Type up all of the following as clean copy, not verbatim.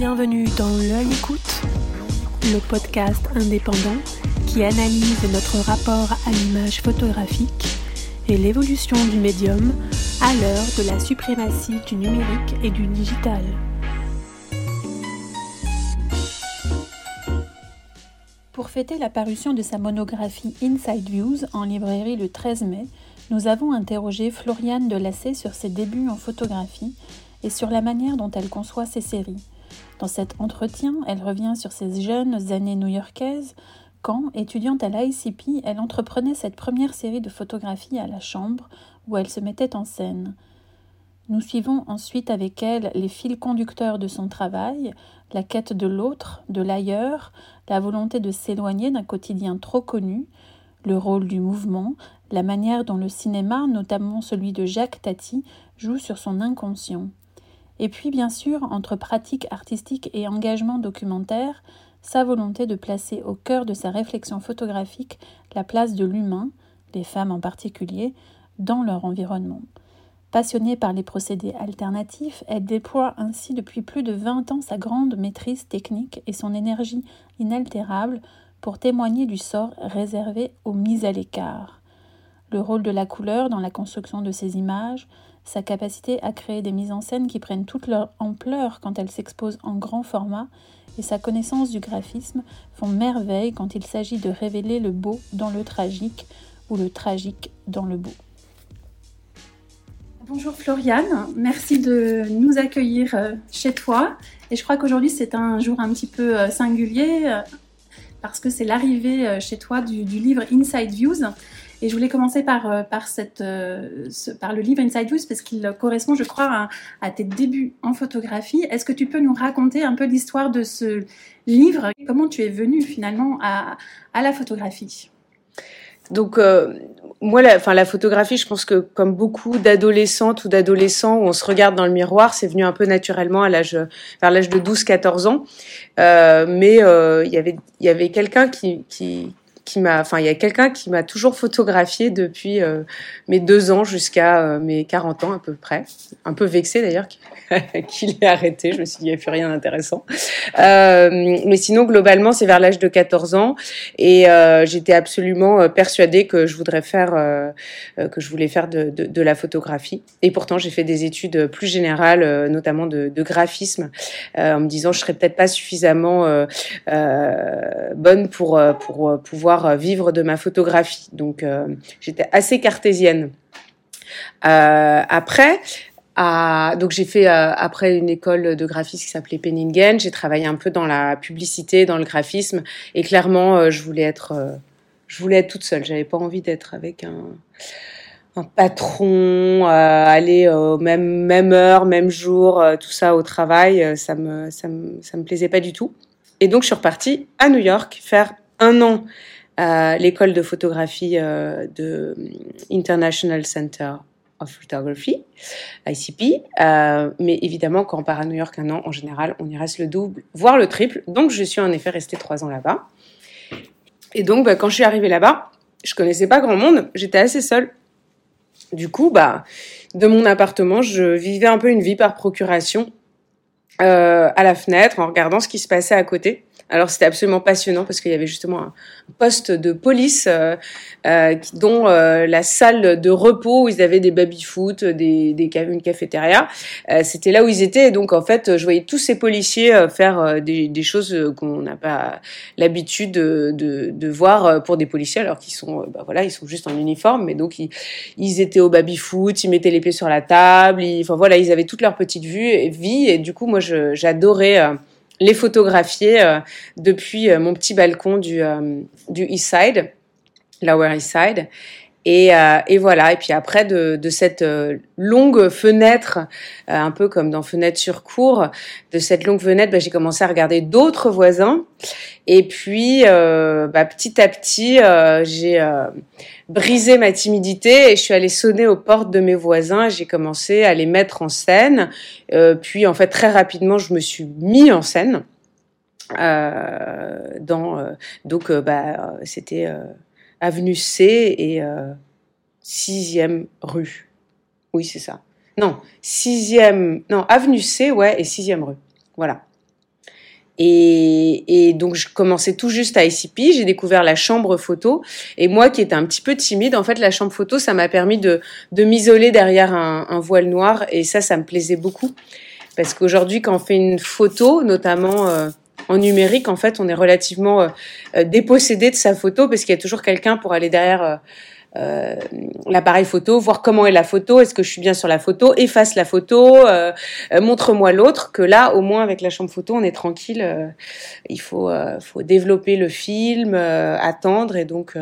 Bienvenue dans L'Œil Écoute, le podcast indépendant qui analyse notre rapport à l'image photographique et l'évolution du médium à l'heure de la suprématie du numérique et du digital. Pour fêter la parution de sa monographie Inside Views en librairie le 13 mai, nous avons interrogé Floriane Delacé sur ses débuts en photographie et sur la manière dont elle conçoit ses séries. Dans cet entretien, elle revient sur ses jeunes années new-yorkaises, quand, étudiante à l'ICP, elle entreprenait cette première série de photographies à la chambre où elle se mettait en scène. Nous suivons ensuite avec elle les fils conducteurs de son travail, la quête de l'autre, de l'ailleurs, la volonté de s'éloigner d'un quotidien trop connu, le rôle du mouvement, la manière dont le cinéma, notamment celui de Jacques Tati, joue sur son inconscient. Et puis, bien sûr, entre pratique artistique et engagement documentaire, sa volonté de placer au cœur de sa réflexion photographique la place de l'humain, les femmes en particulier, dans leur environnement. Passionnée par les procédés alternatifs, elle déploie ainsi depuis plus de 20 ans sa grande maîtrise technique et son énergie inaltérable pour témoigner du sort réservé aux mises à l'écart. Le rôle de la couleur dans la construction de ses images, sa capacité à créer des mises en scène qui prennent toute leur ampleur quand elles s'exposent en grand format et sa connaissance du graphisme font merveille quand il s'agit de révéler le beau dans le tragique ou le tragique dans le beau. Bonjour Floriane, merci de nous accueillir chez toi. Et je crois qu'aujourd'hui c'est un jour un petit peu singulier parce que c'est l'arrivée chez toi du livre Inside Views. Et je voulais commencer par le livre Inside Views parce qu'il correspond, je crois, à tes débuts en photographie. Est-ce que tu peux nous raconter un peu l'histoire de ce livre? Comment tu es venue finalement à la photographie? Donc, moi, la photographie, je pense que comme beaucoup d'adolescentes ou d'adolescents où on se regarde dans le miroir, c'est venu un peu naturellement vers l'âge de 12-14 ans. Mais il y avait quelqu'un il y a quelqu'un qui m'a toujours photographiée depuis mes 2 ans jusqu'à mes 40 ans à peu près. Un peu vexée d'ailleurs qu'il ait arrêté. Je me suis dit, il n'y a plus rien d'intéressant. Mais sinon, globalement, c'est vers l'âge de 14 ans. Et j'étais absolument persuadée que je voulais faire de la photographie. Et pourtant, j'ai fait des études plus générales, notamment de graphisme, en me disant, je serais peut-être pas suffisamment bonne pour pouvoir vivre de ma photographie. Donc, j'étais assez cartésienne. Donc j'ai fait après une école de graphisme qui s'appelait Penningen. J'ai travaillé un peu dans la publicité, dans le graphisme, et clairement je voulais être toute seule. J'avais pas envie d'être avec un patron, aller au même heure, même jour, tout ça au travail. Ça me plaisait pas du tout. Et donc je suis repartie à New York faire 1 an à l'école de photographie de International Center of Photography, ICP. Mais évidemment, quand on part à New York 1 an, en général, on y reste le double, voire le triple. Donc, je suis en effet restée 3 ans là-bas. Et donc, quand je suis arrivée là-bas, je connaissais pas grand monde. J'étais assez seule. Du coup, de mon appartement, je vivais un peu une vie par procuration à la fenêtre, en regardant ce qui se passait à côté. Alors c'était absolument passionnant parce qu'il y avait justement un poste de police dont la salle de repos où ils avaient des baby-foot, une cafétéria. C'était là où ils étaient et donc en fait je voyais tous ces policiers faire des choses qu'on n'a pas l'habitude de voir pour des policiers alors qu'ils sont ils sont juste en uniforme, mais donc ils étaient au baby-foot, ils mettaient les pieds sur la table, ils avaient toute leur petite vie et du coup moi j'adorais les photographier depuis mon petit balcon du East Side, Lower East Side. Et voilà. Et puis après de cette longue fenêtre, un peu comme dans Fenêtre sur cour, de cette longue fenêtre, j'ai commencé à regarder d'autres voisins. Et puis petit à petit, j'ai brisé ma timidité et je suis allée sonner aux portes de mes voisins. J'ai commencé à les mettre en scène. Puis en fait très rapidement, je me suis mis en scène. C'était avenue C et 6e rue. Oui, c'est ça. Non, avenue C, ouais, et 6e rue. Voilà. Et donc, je commençais tout juste à ICP, j'ai découvert la chambre photo. Et moi, qui étais un petit peu timide, en fait, la chambre photo, ça m'a permis de m'isoler derrière un voile noir. Et ça me plaisait beaucoup. Parce qu'aujourd'hui, quand on fait une photo, notamment en numérique, en fait, on est relativement dépossédé de sa photo parce qu'il y a toujours quelqu'un pour aller derrière l'appareil photo, voir comment est la photo, est-ce que je suis bien sur la photo, efface la photo, montre-moi l'autre, que là, au moins, avec la chambre photo, on est tranquille. Il faut développer le film, attendre, et donc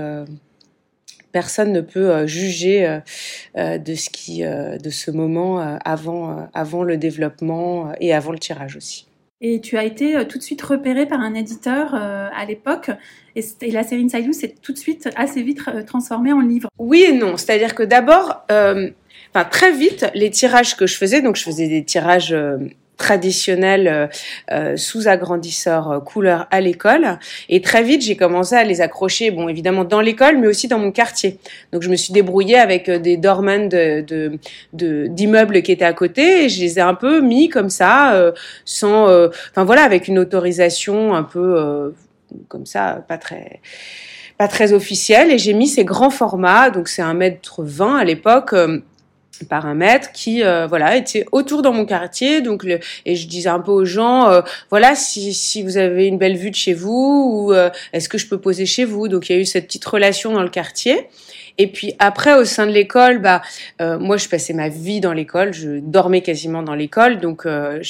personne ne peut juger de ce moment avant le développement et avant le tirage aussi. Et tu as été tout de suite repérée par un éditeur à l'époque, et la série Inside You s'est tout de suite assez vite transformée en livre. Oui et non, c'est-à-dire que d'abord, très vite, les tirages que je faisais, donc je faisais des tirages traditionnels sous agrandisseur couleur à l'école, et très vite j'ai commencé à les accrocher, bon évidemment dans l'école mais aussi dans mon quartier. Donc je me suis débrouillée avec des doormen d'immeubles qui étaient à côté, et je les ai un peu mis comme ça sans avec une autorisation un peu comme ça, pas très officielle, et j'ai mis ces grands formats, donc c'est 1,20 m à l'époque, par 1 mètre, qui était autour dans mon quartier, donc et je disais un peu aux gens si vous avez une belle vue de chez vous, ou est-ce que je peux poser chez vous. Donc il y a eu cette petite relation dans le quartier. Et puis après, au sein de l'école, moi je passais ma vie dans l'école, je dormais quasiment dans l'école, donc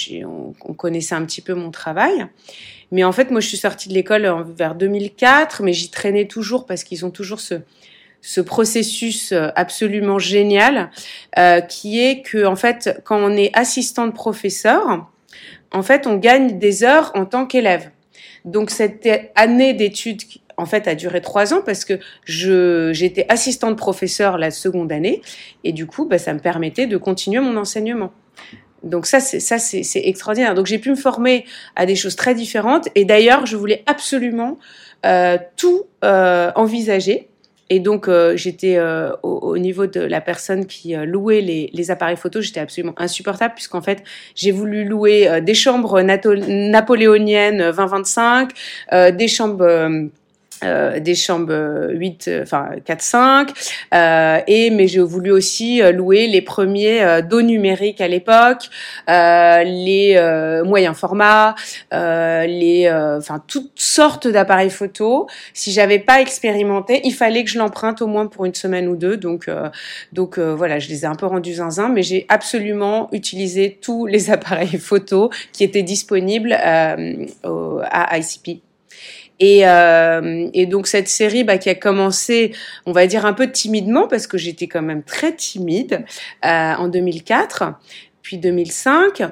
on connaissait un petit peu mon travail. Mais en fait, moi je suis sortie de l'école vers 2004, mais j'y traînais toujours parce qu'ils ont toujours ce processus absolument génial qui est que, en fait, quand on est assistante professeur, en fait, on gagne des heures en tant qu'élève. Donc cette année d'études, en fait, a duré 3 ans parce que j'étais assistante professeur la seconde année, et du coup, ça me permettait de continuer mon enseignement. Donc ça c'est extraordinaire. Donc j'ai pu me former à des choses très différentes, et d'ailleurs je voulais absolument tout envisager. Et donc, j'étais au niveau de la personne qui louait les appareils photo, j'étais absolument insupportable, puisqu'en fait, j'ai voulu louer des chambres napoléoniennes 20-25, des chambres 4-5, mais j'ai voulu aussi louer les premiers dos numériques à l'époque, les moyens formats, toutes sortes d'appareils photo. Si j'avais pas expérimenté, il fallait que je l'emprunte au moins pour une semaine ou deux. Donc je les ai un peu rendus zinzin, mais j'ai absolument utilisé tous les appareils photo qui étaient disponibles à ICP. Et donc cette série qui a commencé, on va dire un peu timidement, parce que j'étais quand même très timide en 2004, puis 2005.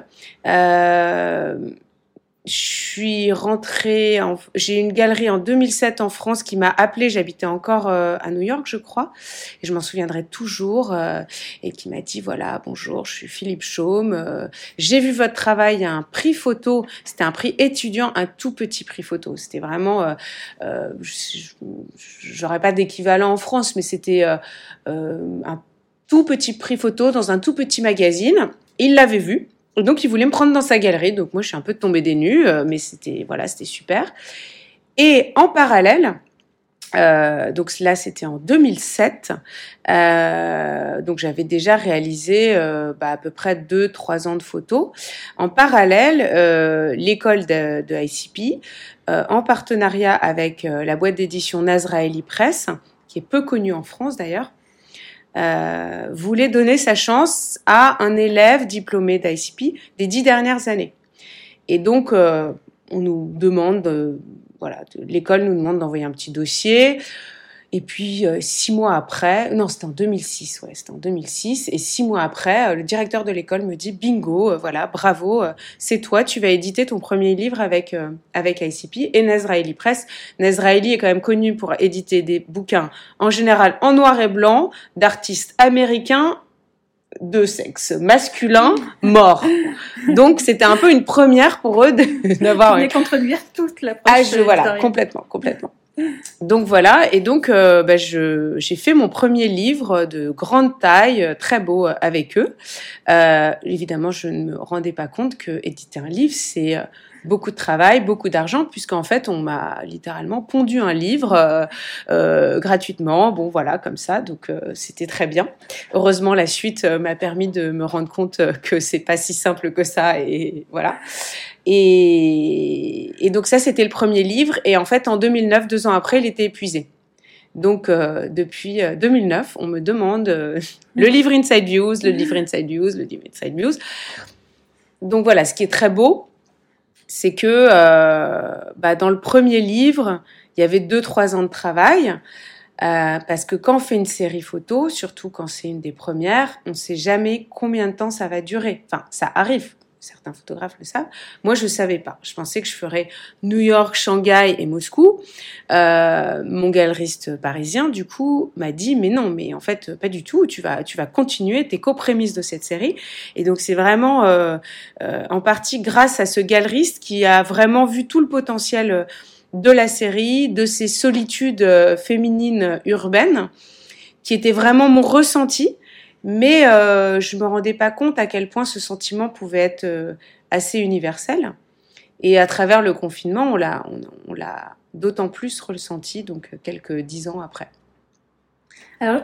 Je suis rentrée, j'ai une galerie en 2007 en France qui m'a appelée, j'habitais encore à New York je crois, et je m'en souviendrai toujours, et qui m'a dit voilà, bonjour, je suis Philippe Chaume, j'ai vu votre travail à un prix photo, c'était un prix étudiant, un tout petit prix photo, c'était vraiment, j'aurais pas d'équivalent en France, mais c'était un tout petit prix photo dans un tout petit magazine, il l'avait vu. Donc, il voulait me prendre dans sa galerie. Donc, moi, je suis un peu tombée des nues, mais c'était super. Et en parallèle, donc là, c'était en 2007. Donc, j'avais déjà réalisé à peu près 2-3 ans de photos. En parallèle, l'école de ICP, en partenariat avec la boîte d'édition Nazraeli Press, qui est peu connue en France d'ailleurs, voulait donner sa chance à un élève diplômé d'ICP des 10 dernières années. Et donc, on nous demande, l'école nous demande d'envoyer un petit dossier. Et puis, 6 mois après, non, c'était en 2006, c'était en 2006. Et 6 mois après, le directeur de l'école me dit, bingo, bravo, c'est toi, tu vas éditer ton premier livre avec ICP et Nazraeli Press. Nazraeli est quand même connu pour éditer des bouquins, en général, en noir et blanc, d'artistes américains de sexe masculin morts. Donc, c'était un peu une première pour eux d'avoir... Tu voulais contredire toute l'approche. Complètement. Donc voilà, et donc j'ai fait mon premier livre de grande taille, très beau avec eux. Évidemment, je ne me rendais pas compte que éditer un livre, c'est beaucoup de travail, beaucoup d'argent, puisqu'en fait, on m'a littéralement pondu un livre gratuitement. Bon, voilà, comme ça. Donc, c'était très bien. Heureusement, la suite m'a permis de me rendre compte que c'est pas si simple que ça. Et voilà. Et donc, ça, c'était le premier livre. Et en fait, en 2009, 2 ans après, il était épuisé. Donc, depuis 2009, on me demande le livre Inside Views, le livre Inside Views, le livre Inside Views. Donc, voilà, ce qui est très beau, c'est que dans le premier livre, il y avait 2-3 ans de travail, parce que quand on fait une série photo, surtout quand c'est une des premières, on ne sait jamais combien de temps ça va durer. Enfin, ça arrive. Certains photographes le savent. Moi, je ne savais pas. Je pensais que je ferais New York, Shanghai et Moscou. Mon galeriste parisien, du coup, m'a dit « Mais non, mais en fait, pas du tout. Tu vas continuer. T'es co-prémisse de cette série. » Et donc, c'est vraiment en partie grâce à ce galeriste qui a vraiment vu tout le potentiel de la série, de ces solitudes féminines urbaines, qui était vraiment mon ressenti. Mais je me rendais pas compte à quel point ce sentiment pouvait être assez universel. Et à travers le confinement, on l'a d'autant plus ressenti, donc quelques 10 ans après. Alors,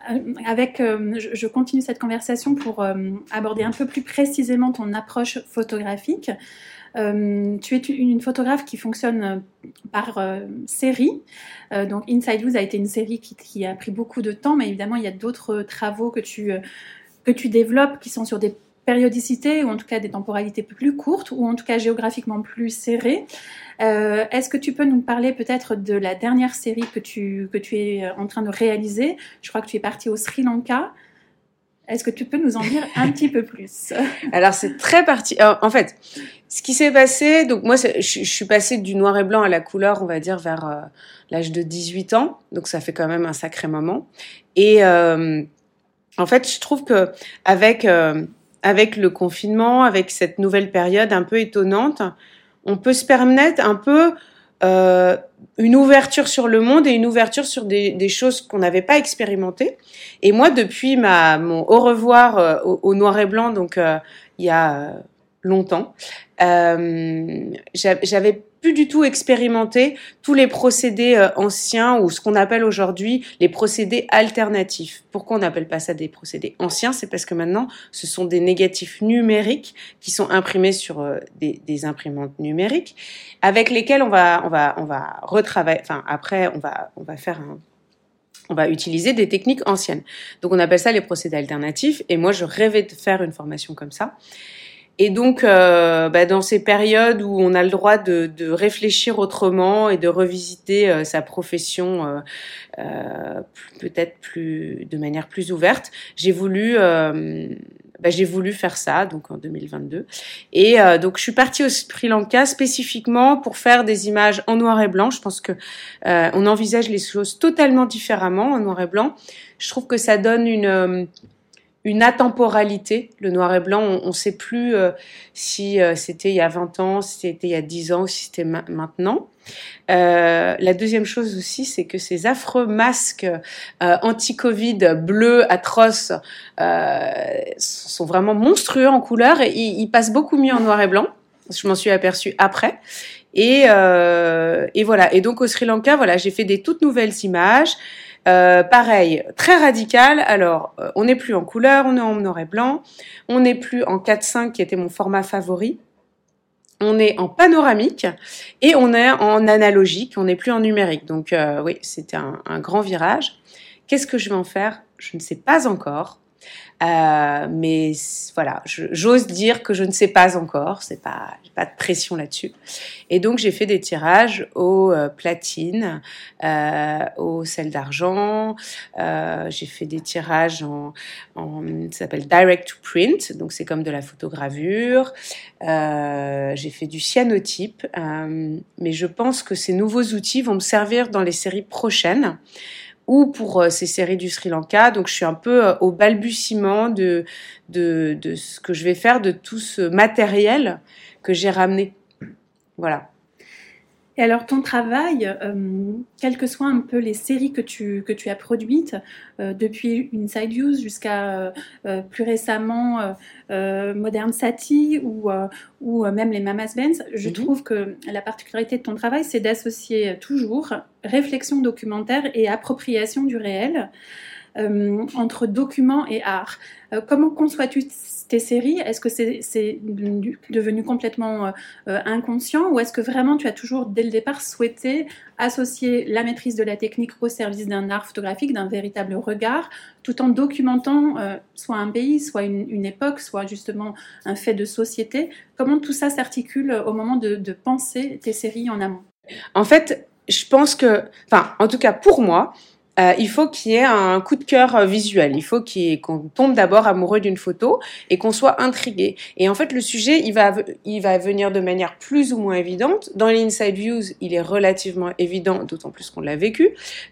je continue cette conversation pour aborder un peu plus précisément ton approche photographique. Tu es une photographe qui fonctionne par série. Donc Inside Views a été une série qui a pris beaucoup de temps, mais évidemment il y a d'autres travaux que tu développes qui sont sur des périodicités ou en tout cas des temporalités plus courtes ou en tout cas géographiquement plus serrées. Est-ce que tu peux nous parler peut-être de la dernière série que tu es en train de réaliser? Je crois que tu es partie au Sri Lanka. Est-ce que tu peux nous en dire un petit peu plus? Alors, c'est très parti. En fait, ce qui s'est passé, donc moi, je suis passée du noir et blanc à la couleur, on va dire, vers l'âge de 18 ans. Donc, ça fait quand même un sacré moment. Et en fait, je trouve que avec le confinement, avec cette nouvelle période un peu étonnante, on peut se permettre un peu une ouverture sur le monde et une ouverture sur des choses qu'on n'avait pas expérimentées. Et moi, depuis mon au revoir au noir et blanc, donc il y a longtemps, j'avais plus du tout expérimenté tous les procédés anciens ou ce qu'on appelle aujourd'hui les procédés alternatifs. Pourquoi on n'appelle pas ça des procédés anciens? C'est parce que maintenant, ce sont des négatifs numériques qui sont imprimés sur des imprimantes numériques avec lesquels on va retravailler. Enfin, après, on va utiliser des techniques anciennes. Donc, on appelle ça les procédés alternatifs. Et moi, je rêvais de faire une formation comme ça. Et donc, dans ces périodes où on a le droit de réfléchir autrement et de revisiter sa profession peut-être de manière plus ouverte, j'ai voulu faire ça, donc en 2022. Et donc, je suis partie au Sri Lanka spécifiquement pour faire des images en noir et blanc. Je pense que on envisage les choses totalement différemment en noir et blanc. Je trouve que ça donne une atemporalité, le noir et blanc. On ne sait plus si c'était il y a 20 ans, si c'était il y a 10 ans, si c'était maintenant. La deuxième chose aussi, c'est que ces affreux masques anti-Covid bleus atroces sont vraiment monstrueux en couleur et ils passent beaucoup mieux en noir et blanc. Je m'en suis aperçue après. Et voilà. Et donc au Sri Lanka, voilà, j'ai fait des toutes nouvelles images. Pareil, très radical. Alors, on n'est plus en couleur, on est en noir et blanc. On n'est plus en 4:5 qui était mon format favori. On est en panoramique et on est en analogique. On n'est plus en numérique. Donc, oui, c'était un grand virage. Qu'est-ce que je vais en faire? Je ne sais pas encore. Mais voilà, j'ose dire que je ne sais pas encore, j'ai pas de pression là-dessus. Et donc j'ai fait des tirages au platine, au sel d'argent. J'ai fait des tirages ça s'appelle direct to print, donc c'est comme de la photogravure. J'ai fait du cyanotype, mais je pense que ces nouveaux outils vont me servir dans les séries prochaines. Ou pour ces séries du Sri Lanka. Donc, je suis un peu au balbutiement de ce que je vais faire, de tout ce matériel que j'ai ramené. Voilà. Et alors ton travail, quelles que soient un peu les séries que tu as produites, depuis Inside Views jusqu'à plus récemment Modern Satie ou même les Mamas Benz, je trouve que la particularité de ton travail, c'est d'associer toujours réflexion documentaire et appropriation du réel. Entre documents et art. Comment conçois-tu tes séries ? Est-ce que c'est devenu complètement inconscient ou est-ce que vraiment tu as toujours dès le départ souhaité associer la maîtrise de la technique au service d'un art photographique, d'un véritable regard, tout en documentant soit un pays, soit une époque, soit justement un fait de société ? Comment tout ça s'articule au moment de penser tes séries en amont ? En fait, je pense que, en tout cas pour moi, il faut qu'il y ait un coup de cœur visuel. Il faut qu'on tombe d'abord amoureux d'une photo et qu'on soit intrigué. Et en fait, le sujet, il va venir de manière plus ou moins évidente. Dans les Inside Views, il est relativement évident, d'autant plus qu'on l'a vécu,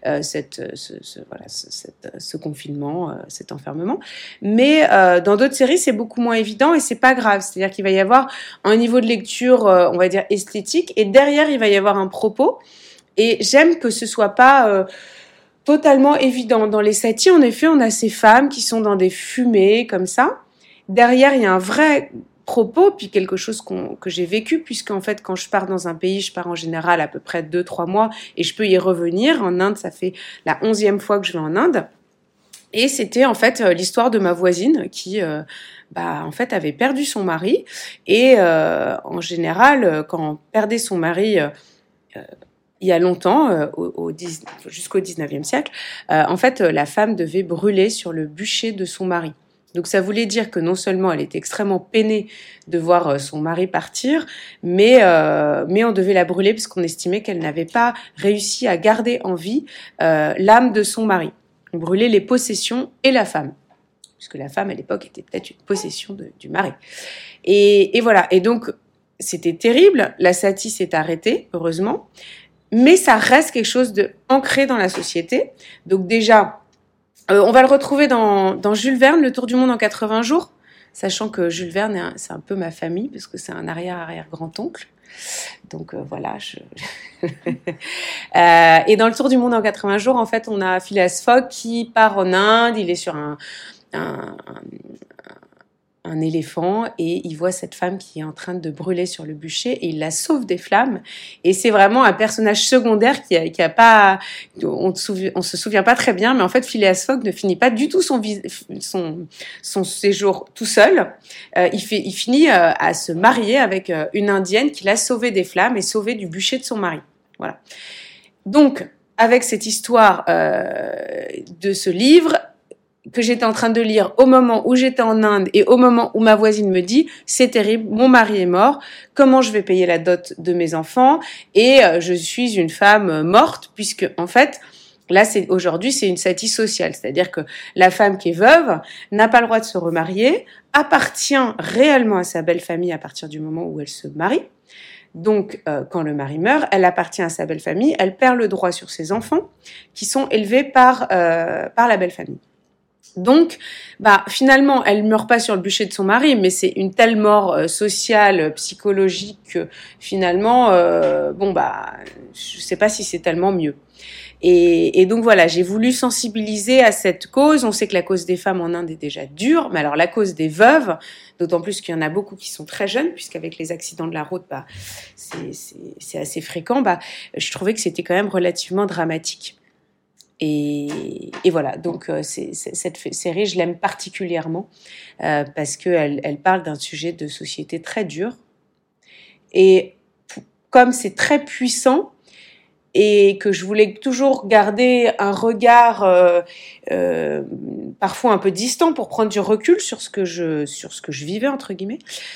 ce confinement, cet enfermement. Mais dans d'autres séries, c'est beaucoup moins évident et c'est pas grave. C'est-à-dire qu'il va y avoir un niveau de lecture, on va dire esthétique, et derrière, il va y avoir un propos. Et j'aime que ce soit pas totalement évident. Dans les satis, en effet, on a ces femmes qui sont dans des fumées comme ça. Derrière, il y a un vrai propos, puis quelque chose que j'ai vécu, puisqu'en fait, quand je pars dans un pays, je pars en général à peu près 2-3 mois et je peux y revenir. En Inde, ça fait la 11e fois que je vais en Inde. Et c'était en fait l'histoire de ma voisine qui en fait avait perdu son mari. Et en général, quand on perdait son mari il y a longtemps, jusqu'au 19e siècle, en fait, la femme devait brûler sur le bûcher de son mari. Donc ça voulait dire que non seulement elle était extrêmement peinée de voir son mari partir, mais on devait la brûler parce qu'on estimait qu'elle n'avait pas réussi à garder en vie l'âme de son mari. On brûlait les possessions et la femme, puisque la femme à l'époque était peut-être une possession du mari. Et voilà, et donc c'était terrible, la satie s'est arrêtée, heureusement, mais ça reste quelque chose de ancré dans la société. Donc déjà, on va le retrouver dans Jules Verne, Le Tour du monde en 80 jours, sachant que Jules Verne, c'est un peu ma famille, parce que c'est un arrière-grand-oncle. Donc voilà. Et dans Le Tour du monde en 80 jours, en fait, on a Phileas Fogg qui part en Inde, il est sur un éléphant et il voit cette femme qui est en train de brûler sur le bûcher et il la sauve des flammes. Et c'est vraiment un personnage secondaire qui a pas, on se souvient pas très bien, mais en fait Phileas Fogg ne finit pas du tout son séjour tout seul. Il finit à se marier avec une indienne qui l'a sauvé des flammes et sauvé du bûcher de son mari. Voilà. Donc avec cette histoire de ce livre que j'étais en train de lire au moment où j'étais en Inde et au moment où ma voisine me dit « c'est terrible, mon mari est mort, comment je vais payer la dot de mes enfants ?» et je suis une femme morte puisque en fait, là aujourd'hui c'est une satie sociale, c'est-à-dire que la femme qui est veuve n'a pas le droit de se remarier, appartient réellement à sa belle famille à partir du moment où elle se marie. Donc, quand le mari meurt, elle appartient à sa belle famille, elle perd le droit sur ses enfants qui sont élevés par la belle famille. Donc, finalement, elle meurt pas sur le bûcher de son mari, mais c'est une telle mort sociale, psychologique que finalement, je sais pas si c'est tellement mieux. Et donc voilà, j'ai voulu sensibiliser à cette cause. On sait que la cause des femmes en Inde est déjà dure, mais alors la cause des veuves, d'autant plus qu'il y en a beaucoup qui sont très jeunes, puisqu'avec les accidents de la route, c'est assez fréquent. Je trouvais que c'était quand même relativement dramatique. Et voilà, donc cette série, je l'aime particulièrement parce qu'elle parle d'un sujet de société très dur. Et comme c'est très puissant et que je voulais toujours garder un regard parfois un peu distant pour prendre du recul sur ce que je vivais, entre guillemets,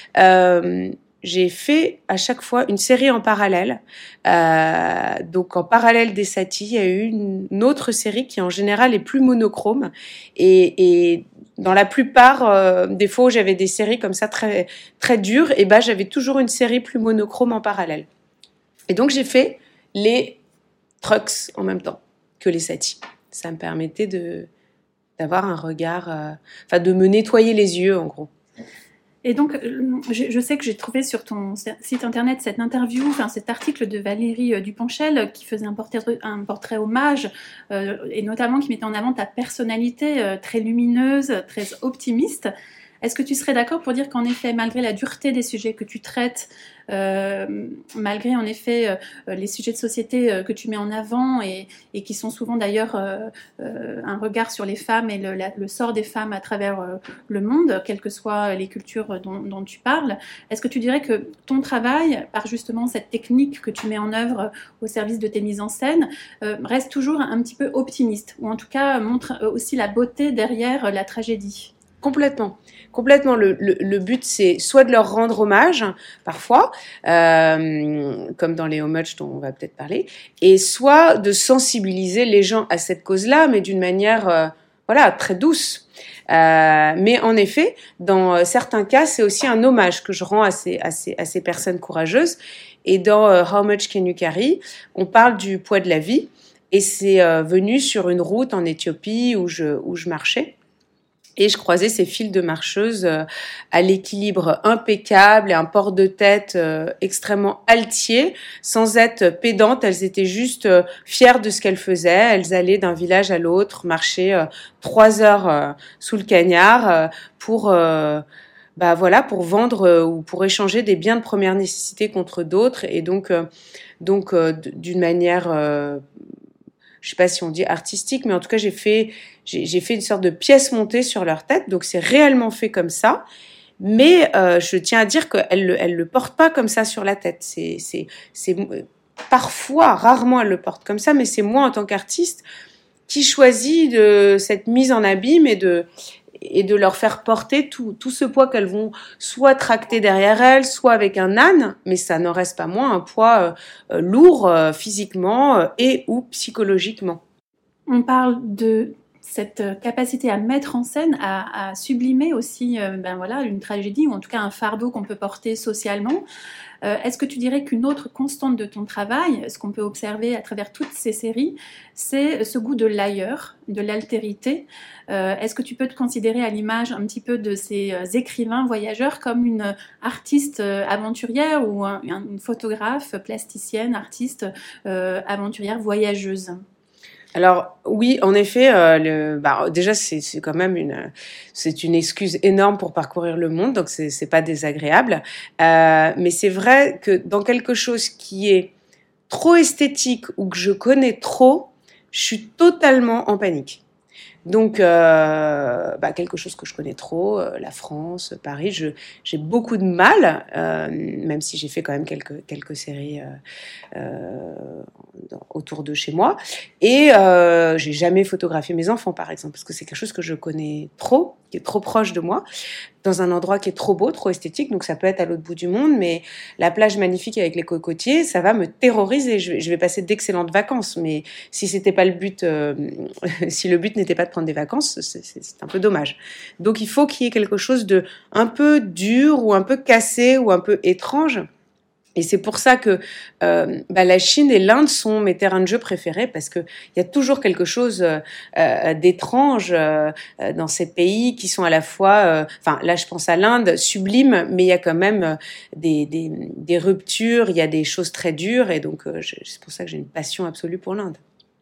j'ai fait à chaque fois une série en parallèle. Donc en parallèle des satis, il y a eu une autre série qui en général est plus monochrome. Et dans la plupart des fois où j'avais des séries comme ça très très dures, et j'avais toujours une série plus monochrome en parallèle. Et donc j'ai fait les trucks en même temps que les satis. Ça me permettait d'avoir un regard, de me nettoyer les yeux en gros. Et donc, je sais que j'ai trouvé sur ton site internet cette interview, cet article de Valérie Duponchel qui faisait un portrait hommage et notamment qui mettait en avant ta personnalité très lumineuse, très optimiste. Est-ce que tu serais d'accord pour dire qu'en effet, malgré la dureté des sujets que tu traites, malgré en effet les sujets de société que tu mets en avant et qui sont souvent d'ailleurs un regard sur les femmes et le sort des femmes à travers le monde, quelles que soient les cultures dont tu parles, est-ce que tu dirais que ton travail, par justement cette technique que tu mets en œuvre au service de tes mises en scène, reste toujours un petit peu optimiste, ou en tout cas montre aussi la beauté derrière la tragédie? Complètement. Le but, c'est soit de leur rendre hommage, parfois, comme dans les hommages dont on va peut-être parler, et soit de sensibiliser les gens à cette cause-là, mais d'une manière, très douce. Mais en effet, dans certains cas, c'est aussi un hommage que je rends à ces personnes courageuses. Et dans How Much Can You Carry, on parle du poids de la vie, et c'est venu sur une route en Éthiopie où je marchais. Et je croisais ces files de marcheuses à l'équilibre impeccable et un port de tête extrêmement altier, sans être pédantes. Elles étaient juste fières de ce qu'elles faisaient. Elles allaient d'un village à l'autre, marcher 3 heures sous le cagnard pour vendre ou pour échanger des biens de première nécessité contre d'autres. Et donc d'une manière je sais pas si on dit artistique, mais en tout cas, j'ai fait une sorte de pièce montée sur leur tête. Donc, c'est réellement fait comme ça. Mais je tiens à dire qu'elle le porte pas comme ça sur la tête. C'est parfois, rarement, elle le porte comme ça, mais c'est moi, en tant qu'artiste, qui choisis de cette mise en abîme et de leur faire porter tout ce poids qu'elles vont soit tracter derrière elles, soit avec un âne, mais ça n'en reste pas moins un poids lourd physiquement et ou psychologiquement. On parle de cette capacité à mettre en scène, à sublimer aussi une tragédie ou en tout cas un fardeau qu'on peut porter socialement. Est-ce que tu dirais qu'une autre constante de ton travail, ce qu'on peut observer à travers toutes ces séries, c'est ce goût de l'ailleurs, de l'altérité? Est-ce que tu peux te considérer à l'image un petit peu de ces écrivains voyageurs comme une artiste aventurière ou une photographe, plasticienne, artiste aventurière voyageuse? Alors oui, en effet, déjà c'est quand même une excuse énorme pour parcourir le monde, donc c'est pas désagréable. Mais c'est vrai que dans quelque chose qui est trop esthétique ou que je connais trop, je suis totalement en panique. Donc, quelque chose que je connais trop, la France, Paris, j'ai beaucoup de mal, même si j'ai fait quand même quelques séries autour de chez moi. Et j'ai jamais photographié mes enfants, par exemple, parce que c'est quelque chose que je connais trop, qui est trop proche de moi, dans un endroit qui est trop beau, trop esthétique. Donc, ça peut être à l'autre bout du monde, mais la plage magnifique avec les cocotiers, ça va me terroriser. Je vais passer d'excellentes vacances, mais si c'était pas le but, si le but n'était pas de prendre des vacances, c'est un peu dommage. Donc, il faut qu'il y ait quelque chose de un peu dur ou un peu cassé ou un peu étrange. Et c'est pour ça que la Chine et l'Inde sont mes terrains de jeu préférés, parce que il y a toujours quelque chose d'étrange dans ces pays qui sont à la fois, là je pense à l'Inde, sublime, mais il y a quand même des ruptures, il y a des choses très dures, et donc c'est pour ça que j'ai une passion absolue pour l'Inde.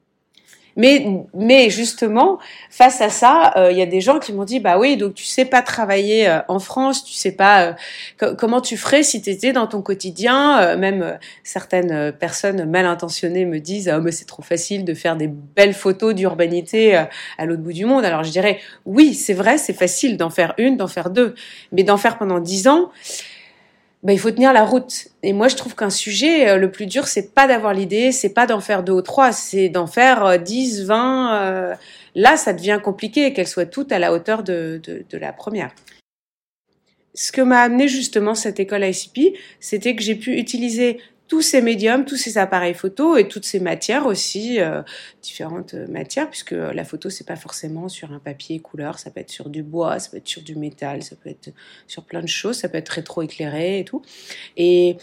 Mais justement, face à ça, il y a des gens qui m'ont dit, bah oui, donc tu sais pas travailler en France, tu sais pas comment tu ferais si tu étais dans ton quotidien. Même certaines personnes mal intentionnées me disent, mais c'est trop facile de faire des belles photos d'urbanité à l'autre bout du monde. Alors je dirais, oui, c'est vrai, c'est facile d'en faire une, d'en faire deux, mais d'en faire pendant 10 ans. Il faut tenir la route. Et moi, je trouve qu'un sujet, le plus dur, c'est pas d'avoir l'idée, c'est pas d'en faire 2 ou 3, c'est d'en faire 10, 20. Là, ça devient compliqué, qu'elles soient toutes à la hauteur de la première. Ce que m'a amené justement cette école ICP, c'était que j'ai pu utiliser tous ces médiums, tous ces appareils photo et toutes ces matières aussi, différentes matières, puisque la photo, c'est pas forcément sur un papier couleur, ça peut être sur du bois, ça peut être sur du métal, ça peut être sur plein de choses, ça peut être rétro-éclairé et tout. Et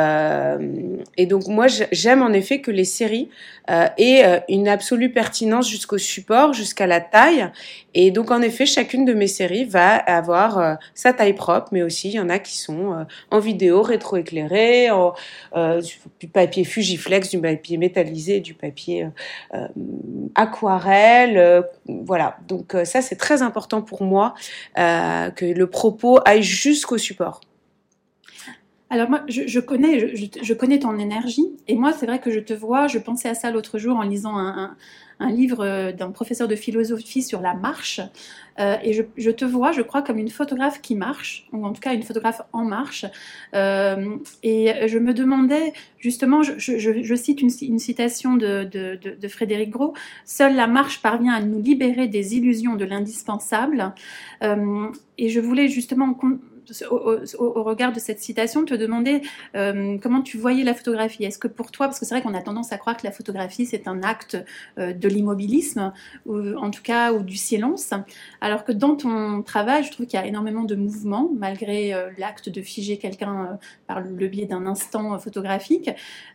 donc moi, j'aime en effet que les séries aient une absolue pertinence jusqu'au support, jusqu'à la taille. Et donc en effet, chacune de mes séries va avoir sa taille propre, mais aussi il y en a qui sont en vidéo, rétro-éclairé, du papier Fujiflex, du papier métallisé, du papier aquarelle, voilà. Donc ça, c'est très important pour moi que le propos aille jusqu'au support. Alors moi, je connais ton énergie, et moi, c'est vrai que je te vois, je pensais à ça l'autre jour en lisant un livre d'un professeur de philosophie sur la marche, et je te vois, je crois, comme une photographe qui marche, ou en tout cas une photographe en marche, et je me demandais, justement, je cite une citation de Frédéric Gros, « Seule la marche parvient à nous libérer des illusions de l'indispensable », et je voulais justement... Au regard de cette citation, te demander comment tu voyais la photographie. Est-ce que pour toi, parce que c'est vrai qu'on a tendance à croire que la photographie, c'est un acte de l'immobilisme, ou en tout cas, ou du silence, alors que dans ton travail, je trouve qu'il y a énormément de mouvement, malgré l'acte de figer quelqu'un par le biais d'un instant photographique.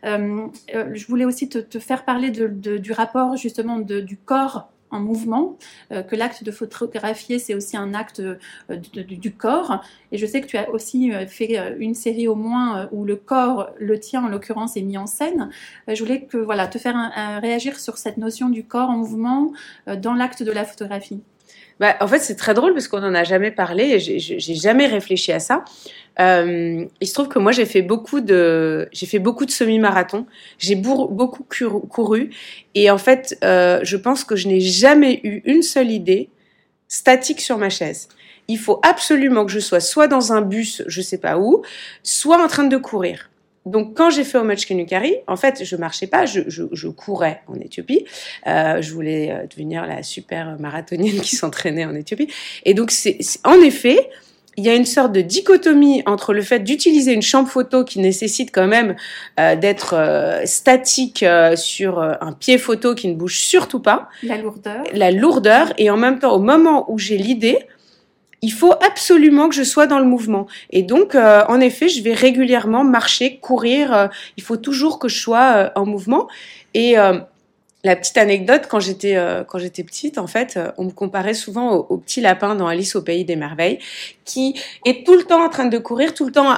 Je voulais aussi te faire parler du rapport, justement, du corps en mouvement, que l'acte de photographier, c'est aussi un acte du corps. Et je sais que tu as aussi fait une série au moins où le corps, le tien en l'occurrence, est mis en scène. Je voulais te faire réagir sur cette notion du corps en mouvement dans l'acte de la photographie. Bah, en fait, c'est très drôle parce qu'on n'en a jamais parlé et j'ai jamais réfléchi à ça. Il se trouve que moi, j'ai fait beaucoup de semi-marathons. J'ai beaucoup couru. Et en fait, je pense que je n'ai jamais eu une seule idée statique sur ma chaise. Il faut absolument que je sois soit dans un bus, je sais pas où, soit en train de courir. Donc, quand j'ai fait Homage Kenukari, en fait, je marchais pas, je courais en Éthiopie. Je voulais devenir la super marathonienne qui s'entraînait en Éthiopie. Et donc, en effet, il y a une sorte de dichotomie entre le fait d'utiliser une chambre photo qui nécessite quand même d'être statique sur un pied photo qui ne bouge surtout pas. La lourdeur. Et en même temps, au moment où j'ai l'idée, il faut absolument que je sois dans le mouvement. Et donc, en effet, je vais régulièrement marcher, courir. Il faut toujours que je sois en mouvement. Et la petite anecdote, quand j'étais petite, en fait, on me comparait souvent au petit lapin dans Alice au pays des merveilles, qui est tout le temps en train de courir, tout le temps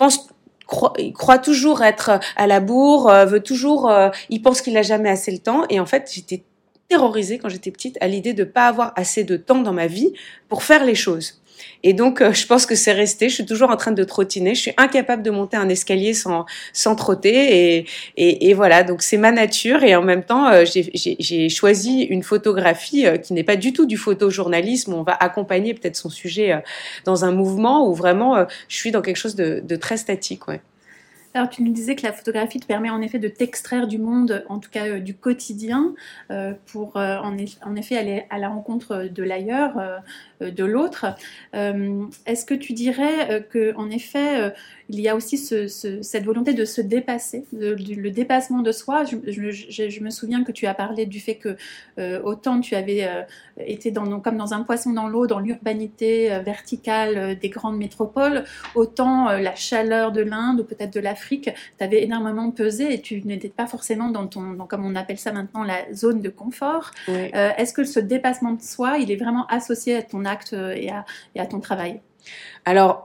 il croit toujours être à la bourre, il pense qu'il n'a jamais assez le temps. Et en fait, j'étais terrorisée quand j'étais petite à l'idée de pas avoir assez de temps dans ma vie pour faire les choses. Et donc, je pense que c'est resté. Je suis toujours en train de trottiner. Je suis incapable de monter un escalier sans trotter. Et voilà. Donc, c'est ma nature. Et en même temps, j'ai choisi une photographie qui n'est pas du tout du photojournalisme où on va accompagner peut-être son sujet dans un mouvement où vraiment, je suis dans quelque chose de très statique, ouais. Alors, tu nous disais que la photographie te permet en effet de t'extraire du monde, en tout cas du quotidien, pour en effet aller à la rencontre de l'ailleurs, de l'autre. Est-ce que tu dirais qu'en effet, il y a aussi cette volonté de se dépasser, le dépassement de soi. Je me souviens que tu as parlé du fait que autant tu avais été comme dans un poisson dans l'eau, dans l'urbanité verticale des grandes métropoles, autant la chaleur de l'Inde ou peut-être de l'Afrique t'avait énormément pesé et tu n'étais pas forcément dans comme on appelle ça maintenant, la zone de confort. Oui. Est-ce que ce dépassement de soi, il est vraiment associé à ton acte et à ton travail? Alors,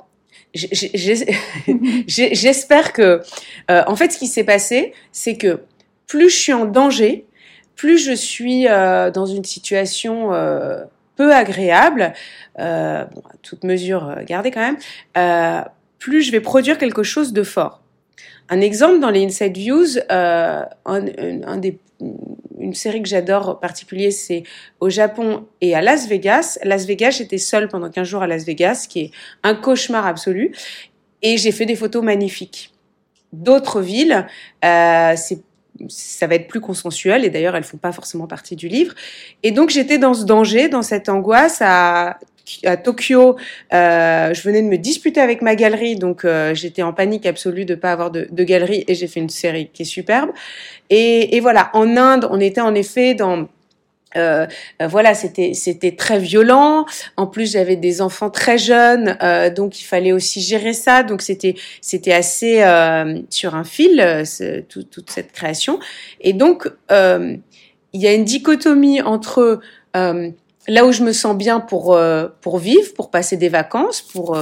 j'espère que... en fait, ce qui s'est passé, c'est que plus je suis en danger, plus je suis dans une situation peu agréable, à toute mesure gardée quand même, plus je vais produire quelque chose de fort. Un exemple, dans les Inside Views, une série que j'adore en particulier, c'est au Japon et à Las Vegas. Las Vegas, j'étais seule pendant 15 jours à Las Vegas, qui est un cauchemar absolu. Et j'ai fait des photos magnifiques. D'autres villes, ça va être plus consensuel, et d'ailleurs, elles font pas forcément partie du livre. Et donc, j'étais dans ce danger, dans cette angoisse, à à Tokyo, je venais de me disputer avec ma galerie, donc j'étais en panique absolue de pas avoir de galerie, et j'ai fait une série qui est superbe. Et voilà, en Inde, on était en effet dans voilà, c'était très violent. En plus, j'avais des enfants très jeunes, donc il fallait aussi gérer ça. Donc c'était assez sur un fil toute cette création. Et donc il y a une dichotomie entre là où je me sens bien pour vivre, pour passer des vacances, pour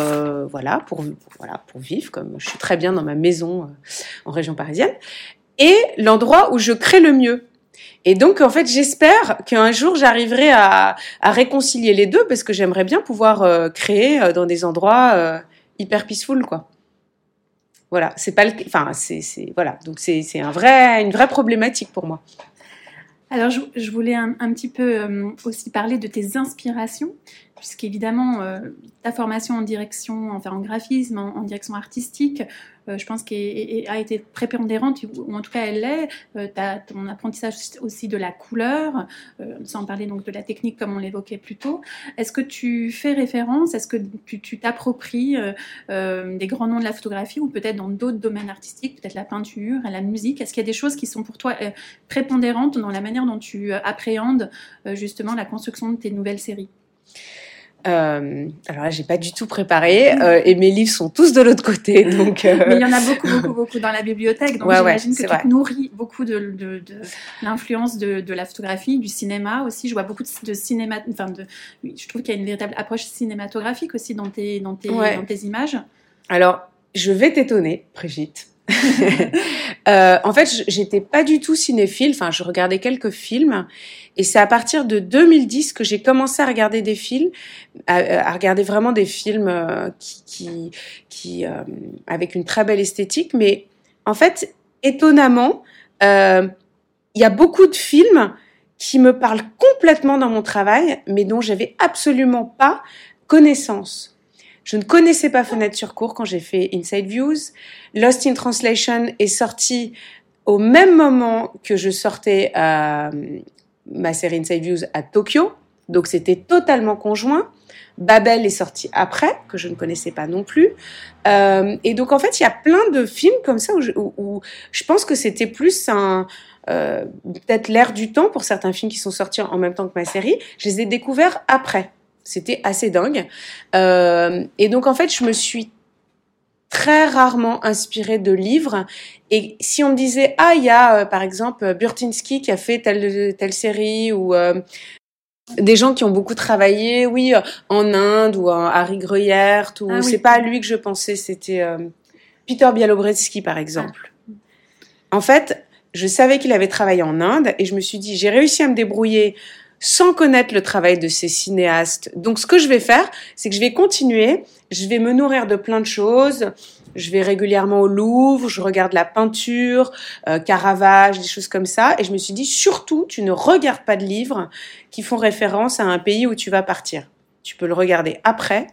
vivre, comme je suis très bien dans ma maison en région parisienne, et l'endroit où je crée le mieux. Et donc, en fait, j'espère qu'un jour, j'arriverai à réconcilier les deux, parce que j'aimerais bien pouvoir créer dans des endroits hyper peaceful, quoi. Voilà, c'est pas voilà, donc c'est une vraie problématique pour moi. Alors, je voulais un petit peu aussi parler de tes inspirations, puisqu'évidemment, ta formation en graphisme, en direction artistique, je pense qu'elle a été prépondérante, ou en tout cas elle l'est. Ton apprentissage aussi de la couleur, sans parler donc de la technique comme on l'évoquait plus tôt. Est-ce que tu fais référence, est-ce que tu t'appropries des grands noms de la photographie, ou peut-être dans d'autres domaines artistiques, peut-être la peinture, la musique? Est-ce qu'il y a des choses qui sont pour toi prépondérantes dans la manière dont tu appréhendes justement la construction de tes nouvelles séries? Alors là, j'ai pas du tout préparé, et mes livres sont tous de l'autre côté, donc. Mais il y en a beaucoup dans la bibliothèque, donc j'imagine que tu te nourris beaucoup de l'influence de la photographie, du cinéma aussi. Je vois beaucoup de cinéma, je trouve qu'il y a une véritable approche cinématographique aussi dans tes images. Alors, je vais t'étonner, Brigitte. En fait, j'étais pas du tout cinéphile. Enfin, je regardais quelques films, et c'est à partir de 2010 que j'ai commencé à regarder des films, à regarder vraiment des films qui avec une très belle esthétique. Mais en fait, étonnamment, il y a beaucoup de films qui me parlent complètement dans mon travail, mais dont j'avais absolument pas connaissance. Je ne connaissais pas Fenêtre sur cour quand j'ai fait Inside Views. Lost in Translation est sorti au même moment que je sortais ma série Inside Views à Tokyo. Donc c'était totalement conjoint. Babel est sorti après, que je ne connaissais pas non plus. Et donc en fait, il y a plein de films comme ça où je pense que c'était plus peut-être l'air du temps pour certains films qui sont sortis en même temps que ma série. Je les ai découverts après. C'était assez dingue. Et donc, en fait, je me suis très rarement inspirée de livres. Et si on me disait, il y a, par exemple, Burtynsky qui a fait telle série, ou des gens qui ont beaucoup travaillé, oui, en Inde, ou Harry Gruyère, ou c'est pas à lui que je pensais, c'était Peter Bialobrzeski, par exemple. En fait, je savais qu'il avait travaillé en Inde, et je me suis dit, j'ai réussi à me débrouiller sans connaître le travail de ces cinéastes. Donc, ce que je vais faire, c'est que je vais continuer, je vais me nourrir de plein de choses, je vais régulièrement au Louvre, je regarde la peinture, Caravage, des choses comme ça, et je me suis dit, surtout, tu ne regardes pas de livres qui font référence à un pays où tu vas partir. Tu peux le regarder après,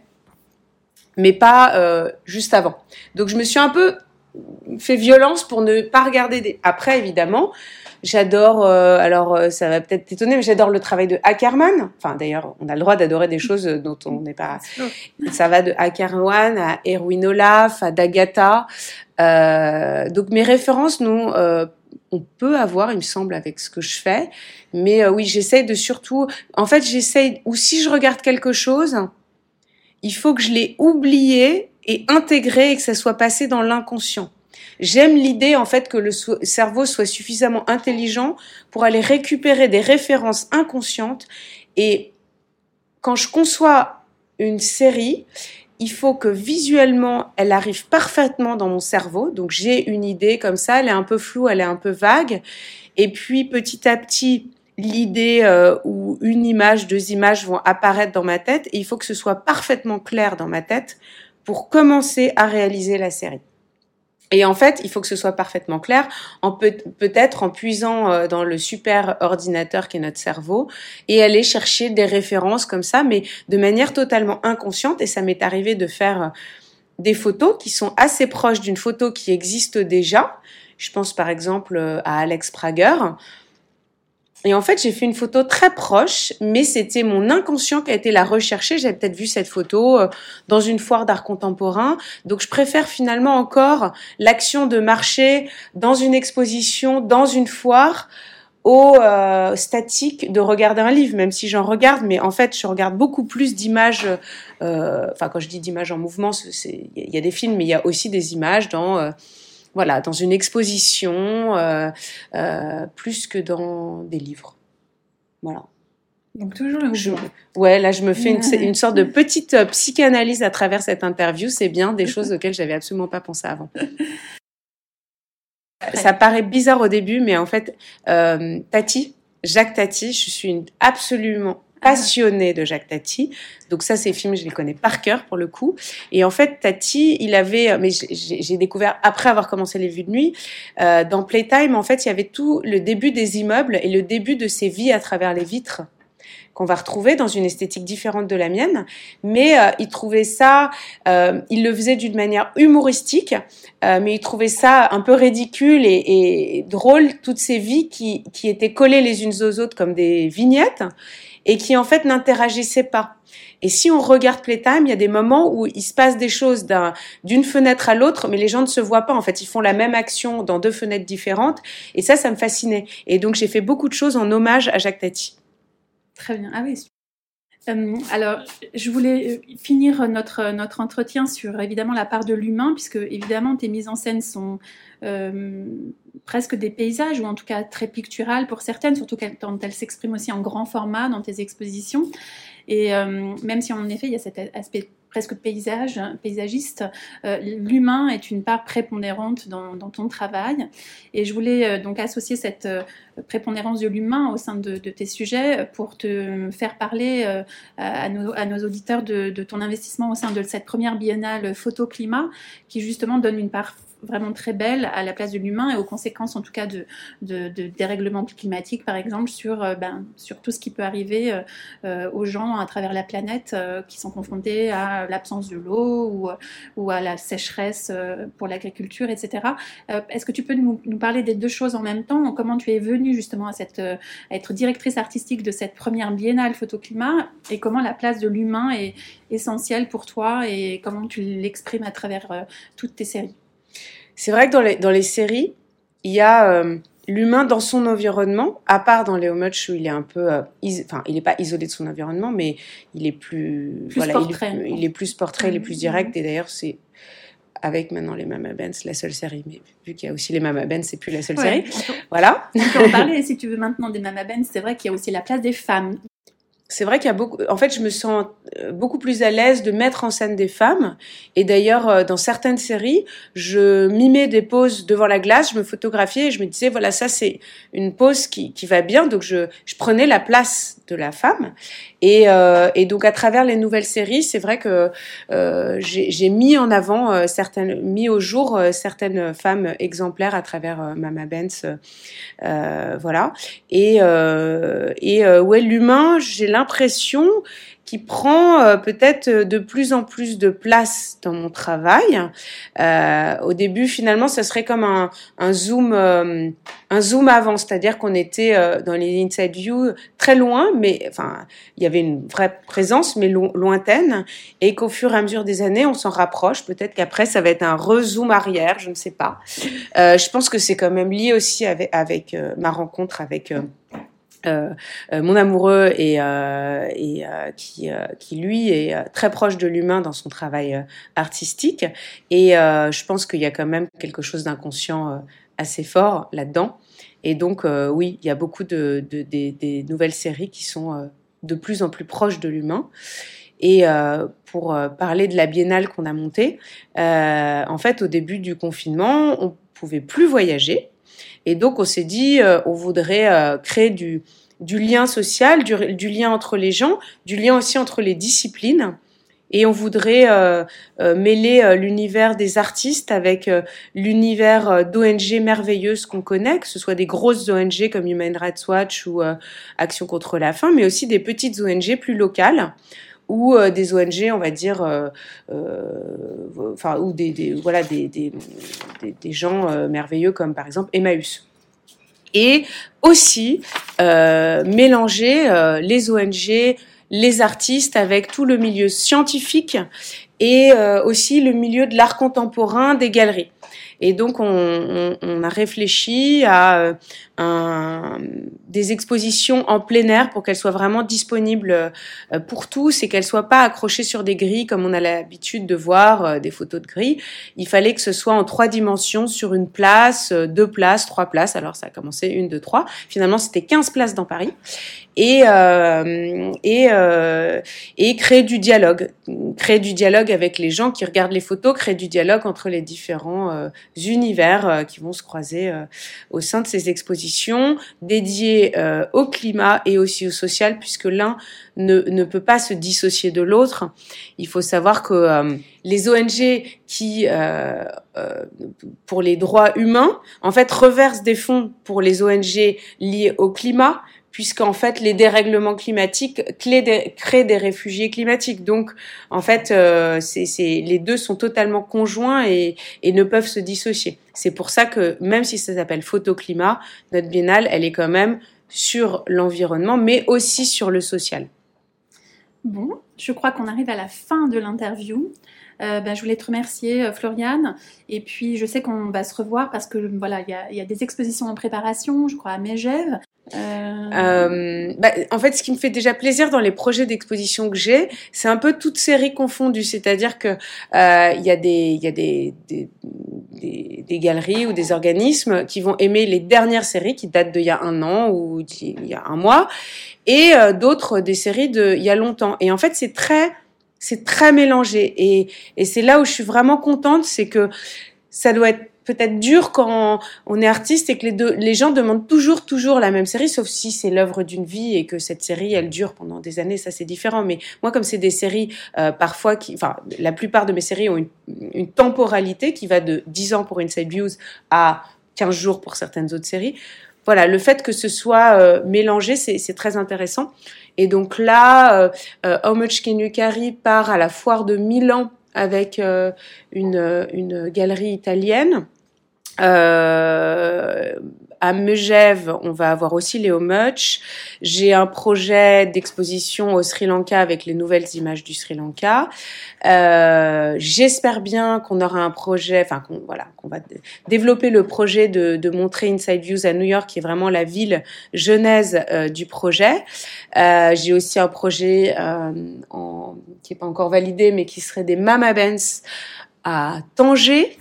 mais pas juste avant. Donc, je me suis un peu fait violence pour ne pas regarder après, évidemment. J'adore, ça va peut-être t'étonner, mais j'adore le travail de Ackerman. Enfin, d'ailleurs, on a le droit d'adorer des choses dont on n'est pas... Ça va de Ackerman à Erwin Olaf, à d'Agatha. Donc, mes références, on peut avoir, il me semble, avec ce que je fais. Mais oui, j'essaye de surtout... En fait, ou si je regarde quelque chose, il faut que je l'ai oublié et intégré, et que ça soit passé dans l'inconscient. J'aime l'idée, en fait, que le cerveau soit suffisamment intelligent pour aller récupérer des références inconscientes. Et quand je conçois une série, il faut que visuellement, elle arrive parfaitement dans mon cerveau. Donc, j'ai une idée comme ça, elle est un peu floue, elle est un peu vague. Et puis, petit à petit, l'idée ou une image, 2 images vont apparaître dans ma tête. Et il faut que ce soit parfaitement clair dans ma tête pour commencer à réaliser la série. Et en fait, il faut que ce soit parfaitement clair, peut-être en puisant dans le super ordinateur qui est notre cerveau, et aller chercher des références comme ça, mais de manière totalement inconsciente. Et ça m'est arrivé de faire des photos qui sont assez proches d'une photo qui existe déjà. Je pense par exemple à Alex Prager. Et en fait, j'ai fait une photo très proche, mais c'était mon inconscient qui a été la rechercher. J'avais peut-être vu cette photo dans une foire d'art contemporain. Donc, je préfère finalement encore l'action de marcher dans une exposition, dans une foire, au statique de regarder un livre, même si j'en regarde, mais en fait, je regarde beaucoup plus d'images. Enfin, quand je dis d'images en mouvement, il y a des films, mais il y a aussi des images dans voilà, dans une exposition, plus que dans des livres. Voilà. Donc toujours le mouvement. Ouais, là je me fais une sorte de petite psychanalyse à travers cette interview. C'est bien, des choses auxquelles j'avais absolument pas pensé avant. Ça paraît bizarre au début, mais en fait, Jacques Tati, je suis absolument passionnée de Jacques Tati. Donc ça, ces films, je les connais par cœur pour le coup. Et en fait, Tati, il avait, mais j'ai découvert après avoir commencé les vues de nuit, dans Playtime, en fait, il y avait tout le début des immeubles et le début de ses vies à travers les vitres qu'on va retrouver dans une esthétique différente de la mienne, mais il trouvait ça, il le faisait d'une manière humoristique, mais il trouvait ça un peu ridicule et drôle, toutes ces vies qui étaient collées les unes aux autres comme des vignettes et qui en fait n'interagissaient pas. Et si on regarde Playtime, il y a des moments où il se passe des choses d'une fenêtre à l'autre, mais les gens ne se voient pas. En fait, ils font la même action dans deux fenêtres différentes. Et ça me fascinait. Et donc, j'ai fait beaucoup de choses en hommage à Jacques Tati. Très bien. Ah oui. Alors, je voulais finir notre entretien sur évidemment la part de l'humain, puisque évidemment tes mises en scène sont presque des paysages, ou en tout cas très picturales pour certaines, surtout quand elles s'expriment aussi en grand format dans tes expositions. Et même si en effet il y a cet aspect presque paysagiste, l'humain est une part prépondérante dans ton travail. Et je voulais donc associer cette prépondérance de l'humain au sein de tes sujets pour te faire parler à nos auditeurs de ton investissement au sein de cette première biennale photo-climat, qui justement donne une part vraiment très belle à la place de l'humain et aux conséquences en tout cas de dérèglement climatique par exemple sur tout ce qui peut arriver aux gens à travers la planète qui sont confrontés à l'absence de l'eau ou à la sécheresse pour l'agriculture, etc. Est-ce que tu peux nous parler des deux choses en même temps? Comment tu es venue justement à être directrice artistique de cette première biennale photo-climat et comment la place de l'humain est essentielle pour toi et comment tu l'exprimes à travers toutes tes séries? C'est vrai que dans les séries, il y a l'humain dans son environnement, à part dans Léo Much où il est un peu, il n'est pas isolé de son environnement, mais il est plus portrait. Il est plus portrait, il est plus direct. Et d'ailleurs, c'est avec maintenant les Mama Benz la seule série. Mais vu qu'il y a aussi les Mama Benz, c'est plus la seule série. Voilà. On peut en parler si tu veux maintenant des Mama Benz. C'est vrai qu'il y a aussi la place des femmes. C'est vrai qu'il y a beaucoup. En fait, je me sens beaucoup plus à l'aise de mettre en scène des femmes. Et d'ailleurs, dans certaines séries, je mimais des poses devant la glace, je me photographiais et je me disais voilà, ça c'est une pose qui va bien. Donc je prenais la place de la femme. Et donc à travers les nouvelles séries, c'est vrai que j'ai mis en avant mis au jour certaines femmes exemplaires à travers Mama Benz. Voilà. Et ouais, l'humain, j'ai l'impression qu'il prend peut-être de plus en plus de place dans mon travail. Au début, finalement, ça serait comme un zoom avant, c'est-à-dire qu'on était dans les inside view très loin, mais enfin, il y avait une vraie présence, mais lointaine, et qu'au fur et à mesure des années, on s'en rapproche. Peut-être qu'après, ça va être un re-zoom arrière, je ne sais pas. Je pense que c'est quand même lié aussi avec ma rencontre avec mon amoureux et qui lui est très proche de l'humain dans son travail artistique, et je pense qu'il y a quand même quelque chose d'inconscient assez fort là-dedans, et donc oui, il y a beaucoup des nouvelles séries qui sont de plus en plus proches de l'humain. Et pour parler de la biennale qu'on a montée, en fait au début du confinement on pouvait plus voyager. Et donc, on s'est dit, on voudrait créer du lien social, du lien entre les gens, du lien aussi entre les disciplines. Et on voudrait mêler l'univers des artistes avec l'univers d'ONG merveilleuses qu'on connaît, que ce soit des grosses ONG comme Human Rights Watch ou Action contre la faim, mais aussi des petites ONG plus locales, ou des ONG, on va dire, ou des gens merveilleux comme par exemple Emmaüs. et aussi mélanger les ONG, les artistes avec tout le milieu scientifique et aussi le milieu de l'art contemporain des galeries. Et donc, on a réfléchi à des expositions en plein air pour qu'elles soient vraiment disponibles pour tous et qu'elles soient pas accrochées sur des grilles comme on a l'habitude de voir des photos de grilles. Il fallait que ce soit en 3 dimensions sur une place, 2 places, 3 places. Alors, ça a commencé 1, 2, 3. Finalement, c'était 15 places dans Paris. Et créer du dialogue avec les gens qui regardent les photos, créer du dialogue entre les différents univers qui vont se croiser au sein de ces expositions dédiées au climat et aussi au social, puisque l'un ne peut pas se dissocier de l'autre. Il faut savoir que les ONG qui pour les droits humains en fait reversent des fonds pour les ONG liées au climat, puisqu'en fait les dérèglements climatiques créent des réfugiés climatiques. Donc en fait les deux sont totalement conjoints et ne peuvent se dissocier. C'est pour ça que même si ça s'appelle Photoclimat, notre biennale elle est quand même sur l'environnement mais aussi sur le social. Bon, je crois qu'on arrive à la fin de l'interview. Je voulais te remercier, Floriane. Et puis, je sais qu'on va se revoir parce que voilà, il y a des expositions en préparation, je crois, à Megève. En fait, ce qui me fait déjà plaisir dans les projets d'exposition que j'ai, c'est un peu toutes séries confondues. C'est-à-dire que il y a des galeries ou des organismes qui vont aimer les dernières séries qui datent d'il y a 1 an ou d'il y a 1 mois, et d'autres des séries d'il y a longtemps. Et en fait, c'est très mélangé. Et c'est là où je suis vraiment contente, c'est que ça doit être peut-être dur quand on est artiste et que les gens demandent toujours la même série, sauf si c'est l'œuvre d'une vie et que cette série, elle dure pendant des années, ça c'est différent. Mais moi, comme c'est des séries, parfois, la plupart de mes séries ont une temporalité qui va de 10 ans pour Inside Views à 15 jours pour certaines autres séries. Voilà, le fait que ce soit mélangé, c'est très intéressant. Et donc là, How Much Can You Carry part à la foire de Milan avec une galerie italienne. À Megève, on va avoir aussi les How Much. J'ai un projet d'exposition au Sri Lanka avec les nouvelles images du Sri Lanka. J'espère bien qu'on aura un projet, qu'on va développer le projet de montrer Inside Views à New York, qui est vraiment la ville genèse du projet. J'ai aussi un projet qui est pas encore validé, mais qui serait des Mama Bands à Tanger.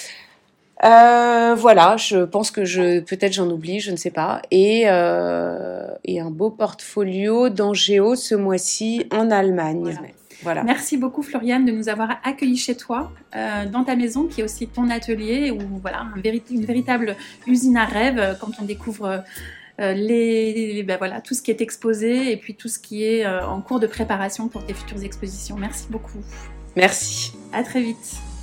Voilà, je pense que peut-être j'en oublie, je ne sais pas. Et un beau portfolio d'Angéo ce mois-ci en Allemagne. Voilà. Merci beaucoup, Floriane, de nous avoir accueillis chez toi, dans ta maison, qui est aussi ton atelier, où voilà, une véritable usine à rêve quand on découvre tout ce qui est exposé et puis tout ce qui est en cours de préparation pour tes futures expositions. Merci beaucoup. Merci. À très vite.